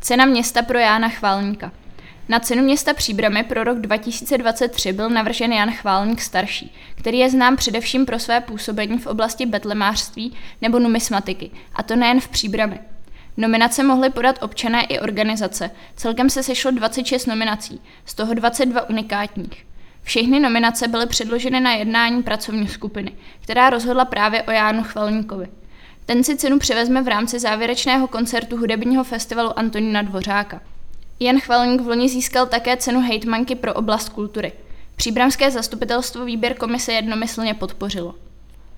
Cena města pro Jána Chválníka. Na cenu města Příbramy pro rok 2023 byl navržen Jan Chválník starší, který je znám především pro své působení v oblasti betlemářství nebo numismatiky, a to nejen v Příbrami. Nominace mohly podat občané i organizace, celkem se sešlo 26 nominací, z toho 22 unikátních. Všechny nominace byly předloženy na jednání pracovní skupiny, která rozhodla právě o Jánu Chválníkovi. Ten si cenu převezme v rámci závěrečného koncertu hudebního festivalu Antonína Dvořáka. Jan Chválník vloni získal také cenu hejtmanky pro oblast kultury. Příbramské zastupitelstvo výběr komise jednomyslně podpořilo.